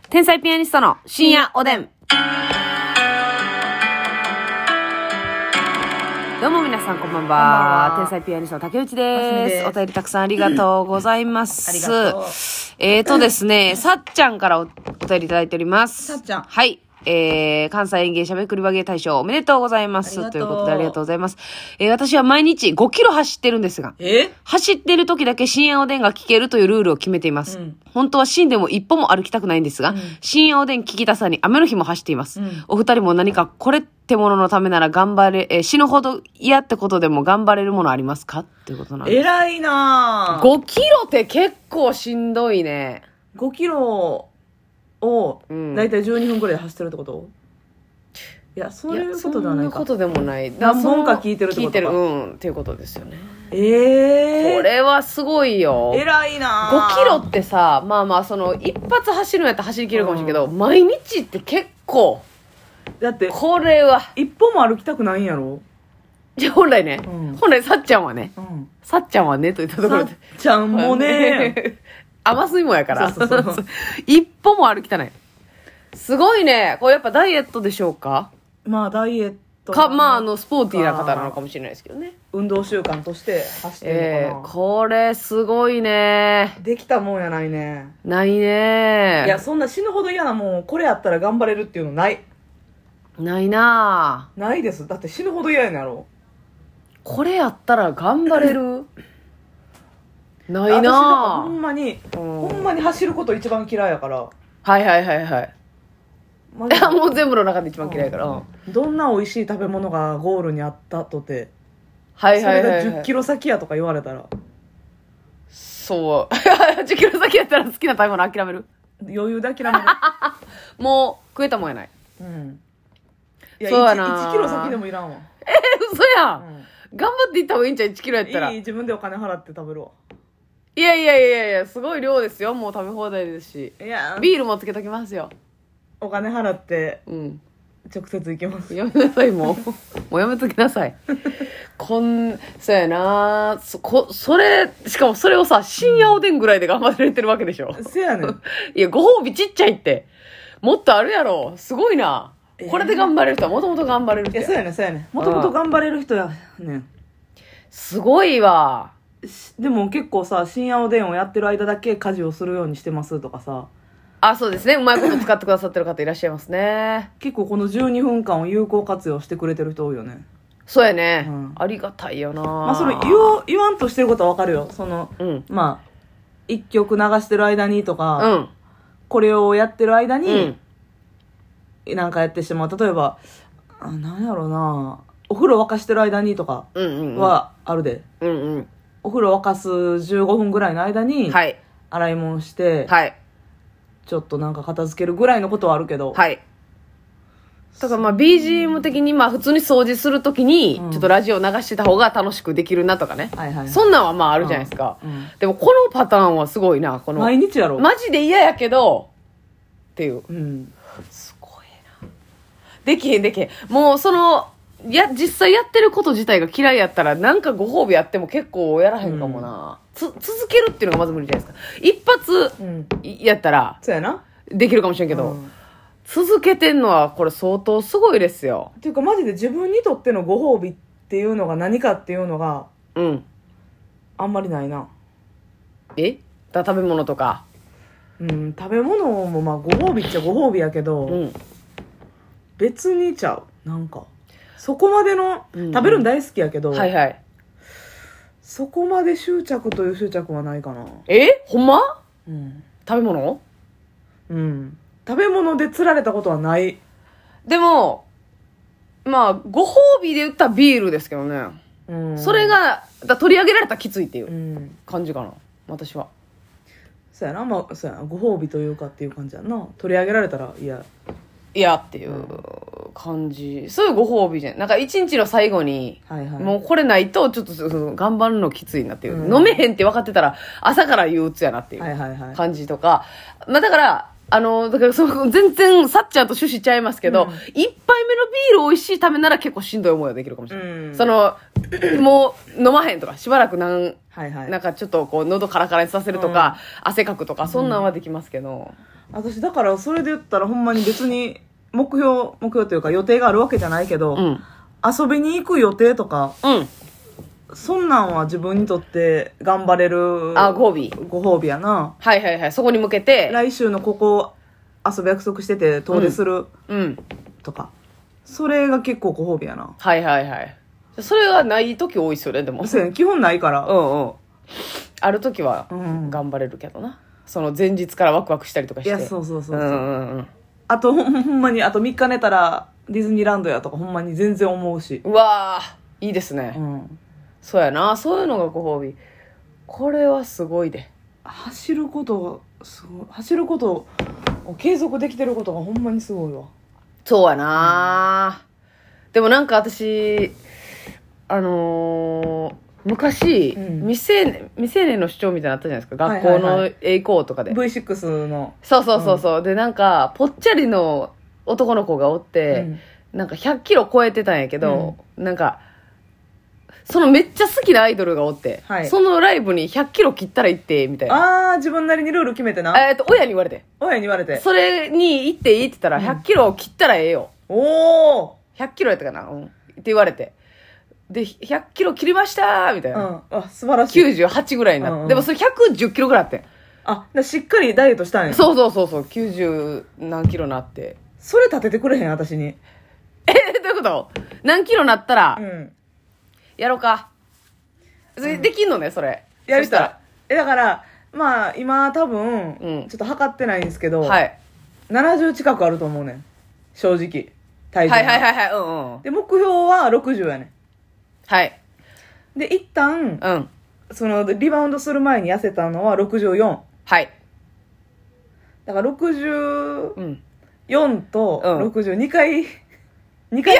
天才ピアニストの深夜おでん。どうも皆さんこんばんは。天才ピアニストの竹内です。お便りたくさんありがとうございます。 ありがとう。 ですね、さっちゃんからお便りいただいております。 さっちゃん。 はい。関西園芸しゃべくり和芸大賞おめでとうございます。ということでありがとうございます。私は毎日5キロ走ってるんですが、走ってる時だけ深夜おでんが聞けるというルールを決めています。本当は死んでも一歩も歩きたくないんですが、深夜おでん聞きたさに雨の日も走っています。お二人も何かこれってもののためなら頑張れ、死ぬほど嫌ってことでも頑張れるものありますかということなんです。 偉いなぁ。 5キロって結構しんどいね。 5キロをだいたい12分くらいで走ってるってこと？いや、そういうことではないか。 そんなことでもない。 何本か聞いてるってことか。 聞いてる。っていうことですよね。ここれはすごいよ。 偉いなぁ。 5キロってさ、まあまあその一発走るんやったら走り切るかもしれんけど、毎日って結構。 だって、 これは。 一歩も歩きたくないんやろ？ じゃあ本来ね、本来さっちゃんはね、さっちゃんはねといったところで。 さっちゃんもね、 甘すいもんやから。 そうそうそう一歩も歩きたない。すごいね。これやっぱダイエットでしょうか？ まあダイエットか、まあスポーティーな方なのかもしれないですけどね。 運動習慣として走ってるのかな。 これすごいね。 できたもんやないね。 ないね。 いや、そんな死ぬほど嫌なもん、これやったら頑張れるっていうのない。 ないなぁ。 ないです。だって死ぬほど嫌やねんやろ。 これやったら頑張れるない私なぁ。 ほんまに走ること一番嫌いやから。 はいはいはいはい。 マジでもう全部の中で一番嫌いやから。 どんな美味しい食べ物がゴールにあったとて、 はいはいはい、 それが10キロ先やとか言われたらそう。10キロ先やったら好きな食べ物諦める？ 余裕で諦める。 もう食えたもんやない。 いや、 そうやな 1キロ先でもいらんわ。 嘘やん。頑張っていった方がいいんちゃう ?1 キロやったら。 いい、自分でお金払って食べるわ。 いやいやいやいや、すごい量ですよ。もう食べ放題ですし。 いや、 ビールもつけときますよ。 お金払って直接行きます。 やめなさい、もう。もうやめときなさい。そうやなそれ、しかもそれをさ、深夜おでんぐらいで頑張れてるわけでしょ。 せやねん。 いや、ご褒美ちっちゃいって。もっとあるやろ。すごいな。これで頑張れる人はもともと頑張れる人いや、そうやねん、そうやねん。もともと頑張れる人やねん。 すごいわ。 でも結構さ、深夜おでんをやってる間だけ家事をするようにしてますとかさ、 あ、そうですね。うまいこと使ってくださってる方いらっしゃいますね。 結構この12分間を有効活用してくれてる人多いよね。 そうやね。 ありがたいよな。 まあそれ言わんとしてることはわかるよ。その、まあ、一曲流してる間にとか、これをやってる間に、なんかやってしまう。例えば、なんやろな、お風呂沸かしてる間にとかはあるで。お風呂沸かす15分ぐらいの間に、洗い物して、ちょっとなんか片付けるぐらいのことはあるけど。 だからまあ BGM 的にまあ普通に掃除するときに、ちょっとラジオ流してた方が楽しくできるなとかね。そんなんはまああるじゃないですか。でもこのパターンはすごいな。この毎日やろ。 マジで嫌やけど、っていう。すごいな。できへん。もう実際やってること自体が嫌いやったら、なんかご褒美やっても結構やらへんかもな。続けるっていうのがまず無理じゃないですか。一発やったら、 そうやな。 できるかもしれんけど、続けてんのはこれ相当すごいですよ。 っていうかマジで自分にとってのご褒美っていうのが何かっていうのが、あんまりないな。 食べ物とか。 食べ物もまあご褒美っちゃご褒美やけど、別にちゃう。なんか、そこまでの、食べるの大好きやけど、そこまで執着という執着はないかな。 ほんま？食べ物？ 食べ物で釣られたことはない。 でも、まあ、ご褒美で言ったらビールですけどね。それが、取り上げられたらきついっていう感じかな。私は。 そうやな、まあ、そうやな。ご褒美というかっていう感じやな。取り上げられたら嫌っていう感じ。そういうご褒美じゃん。なんか一日の最後に、もうこれないとちょっと頑張るのきついなっていう。飲めへんって分かってたら朝から憂鬱やなっていう感じとか。まあだから、だから全然さっちゃんと趣旨ちゃいますけど、一杯目のビール美味しいためなら結構しんどい思いはできるかもしれない。もう飲まへんとか、しばらくなんかちょっとこう喉カラカラにさせるとか、汗かくとか、そんなんはできますけど。 私だからそれで言ったらほんまに別に目標というか予定があるわけじゃないけど、遊びに行く予定とか、そんなんは自分にとって頑張れるご褒美やな。 はいはいはい。そこに向けて来週のここ遊ぶ約束してて遠出する、とか、それが結構ご褒美やな。 はいはいはい。それがない時多いっすよね、でも。 基本ないから。 ある時は頑張れるけどな。その前日からワクワクしたりとかして。 いや、そう。あとほんまにあと3日寝たらディズニーランドやとかほんまに全然思うし。 うわー、いいですね。そうやな、そういうのがご褒美。これはすごいで。 走ることを継続できてることがほんまにすごいわ。 そうやな、でもなんか私昔、未成年の主張みたいなのあったじゃないですか、学校の栄光とかで、 V6 のそう、でなんかぽっちゃりの男の子がおって、なんか100キロ超えてたんやけど、なんかそのめっちゃ好きなアイドルがおって、そのライブに100キロ切ったら行ってみたいな。 自分なりにルール決めてな。 親に言われてそれに行っていいって言ったら、100キロ切ったらええよ、100キロやったかな、って言われて、で100キロ切りましたみたいな、 素晴らしい。 98ぐらいになって、でもそれ110キロぐらいあって、 しっかりダイエットしたんや。 そう90何キロなって。 それ立ててくれへん私に。 どういうこと？何キロなったら、やろうか。できんのね、それ。 やりたら。だから、まあ、今多分、ちょっと測ってないんですけど、70近くあると思うねん。正直。体重。 はい。 で、目標は60やねん。 はい。 で、一旦、その、リバウンドする前に痩せたのは64。 はい。 だから64と60、2回。いや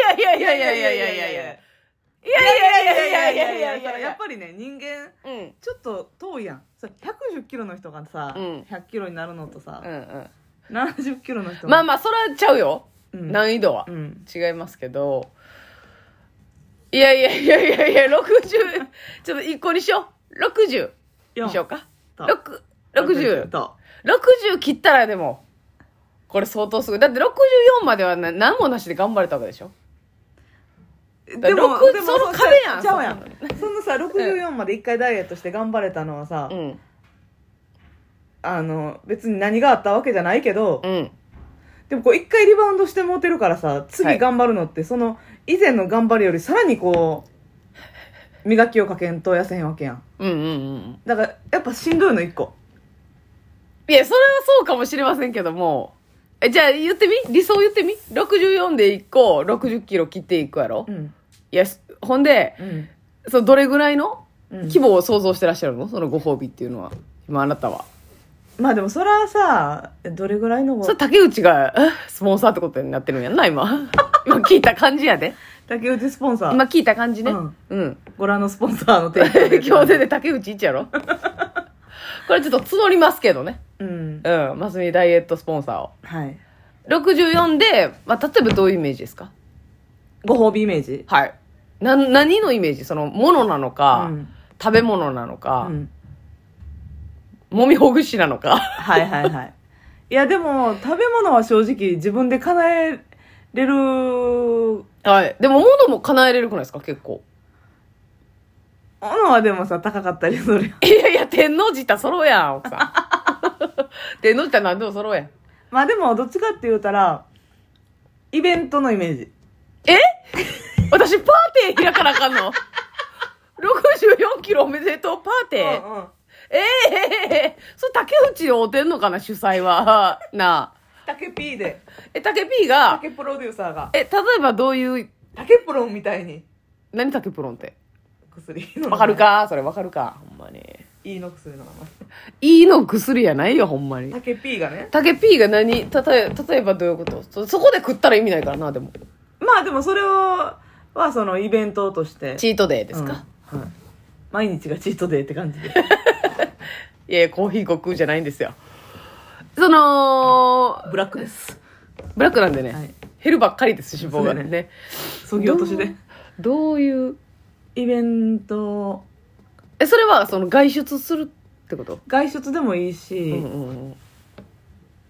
やっぱりね、人間、ちょっと遠いやん。110キロの人がさ、100キロになるのとさ、70キロの人まあそれはちゃうよ、難易度は、違いますけど、いや60、ちょっと1個にしよう、60にしようか。60切ったらでもこれ相当すごい。だって64までは何もなしで頑張れたわけでしょ。 でもその壁やん。 ちゃうやん。そのさ、64まで1回ダイエットして頑張れたのはさ、別に何があったわけじゃないけど、でもこう1回リバウンドしてもうてるからさ、次頑張るのって、その以前の頑張りよりさらにこう磨きをかけんと痩せへんわけやん。だからやっぱしんどいの1個。 いや、それはそうかもしれませんけども、じゃあ言ってみ、理想言ってみ。64で1個60キロ切っていくやろ。いや、ほんで、どれぐらいの規模を想像してらっしゃるの、そのご褒美っていうのは、今あなたは。 まあでもそれはさ、どれぐらいのそれ竹内がスポンサーってことになってるんやんな、今今聞いた感じやで。 竹内スポンサー今聞いた感じね。 ご覧のスポンサーの提供で今日で竹内一やろこれちょっと募りますけどね。マスミダイエットスポンサーを。64で、例えばどういうイメージですか？ ご褒美イメージ？ はい。何のイメージ？その、ものなのか、食べ物なのか、もみほぐしなのか。 いや、でも、食べ物は正直自分で叶えれる。 でも、物も叶えれるくないですか、結構。 物はでもさ、高かったりするやん。 いや、天王寺行ったら揃うやん、奥さん。天王寺行ったら何でも揃うやん。 まあでも、どっちかって言うたら、イベントのイメージ。 私、パーティー開かなあかんの ?64 キロおめでとうパーティー、それ竹内で会うてんのかな、主催は。なあ。 竹 P で。 竹 P が。 竹プロデューサーが。 例えばどういう。 竹プロンみたいに。 何竹プロンって。 薬。 わかるかそれわかるか、ほんまに。 いいの薬の名前。 いいの薬やないよ、ほんまに。 竹 P がね。 竹 P が例えばどういうこと？そこで食ったら意味ないからな、でも。 まあでもそれはそのイベントとして。 チートデーですか？ 毎日がチートデーって感じで。 いや、コーヒー悟空じゃないんですよ。ブラックです。 ブラックなんでね。減るばっかりです、脂肪がね。 そぎ落としで。 どういうイベント。 それはその外出するってこと？ 外出でもいいし、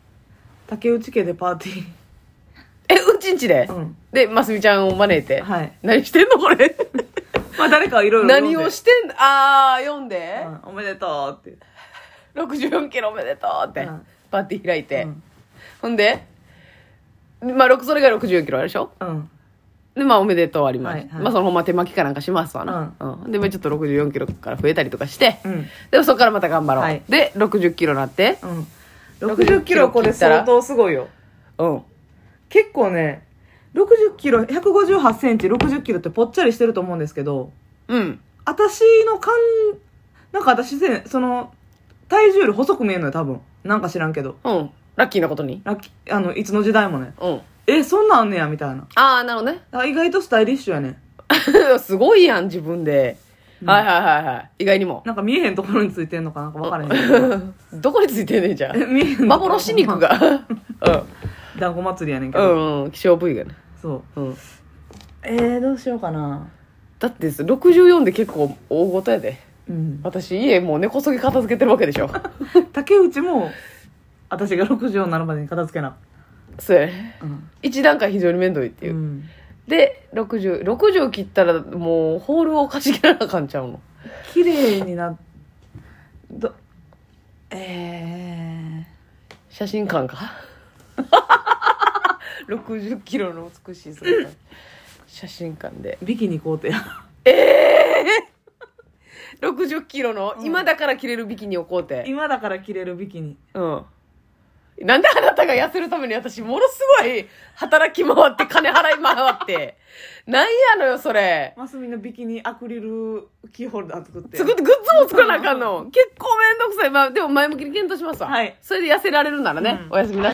竹内家でパーティー。 うちんちで、で、ますみちゃんを招いて。 はい。 何してんのこれ。 まあ誰かいろいろ何をしてんの読んで、 おめでとうって。 64キロおめでとうって、パーティー開いて。ほんで、まあ、それが64キロあるでしょで、まあ、おめでとうあります。まあ、そのほんま手巻きかなんかしますわな。で、まあ、ちょっと64キロから増えたりとかして、でもそこからまた頑張ろう。で、60キロなって、 60キロこれ相当すごいよ。結構ね、60キロ、158センチ、60キロってぽっちゃりしてると思うんですけど、私のなんか私、その、体重より細く見えるのよ、多分。なんか知らんけど。 ラッキーなことにいつの時代もね。そんなんあんねや、みたいな。 なるほどね。 意外とスタイリッシュやね。 すごいやん、自分で。はい。意外にも。 なんか見えへんところについてんのかなんか分からへんけど。どこについてんねんじゃん。 見えへん。 幻肉が。 団子祭りやねんけど。 希少部位がね。 そう。どうしようかな。 だって64で結構大ごとやで。私家もう根こそぎ片付けてるわけでしょ。 竹内も私が60になるまでに片付けな。 そうやね。一段階非常に面倒いっていう。で、60切ったらもうホールをかしげなあかんちゃうの。 綺麗にな写真館か60キロの美しい姿写真館でビキニ買うてや 60キロの、今だから着れるビキニを買うて。 今だから着れるビキニ。 なんであなたが痩せるために私ものすごい働き回って金払い回って。なんやのよそれ。 マスミのビキニアクリルキーホルダー作って。 グッズも作らなあかんの。結構めんどくさい。まあでも前向きに検討しますわ。それで痩せられるならね。おやすみなさい。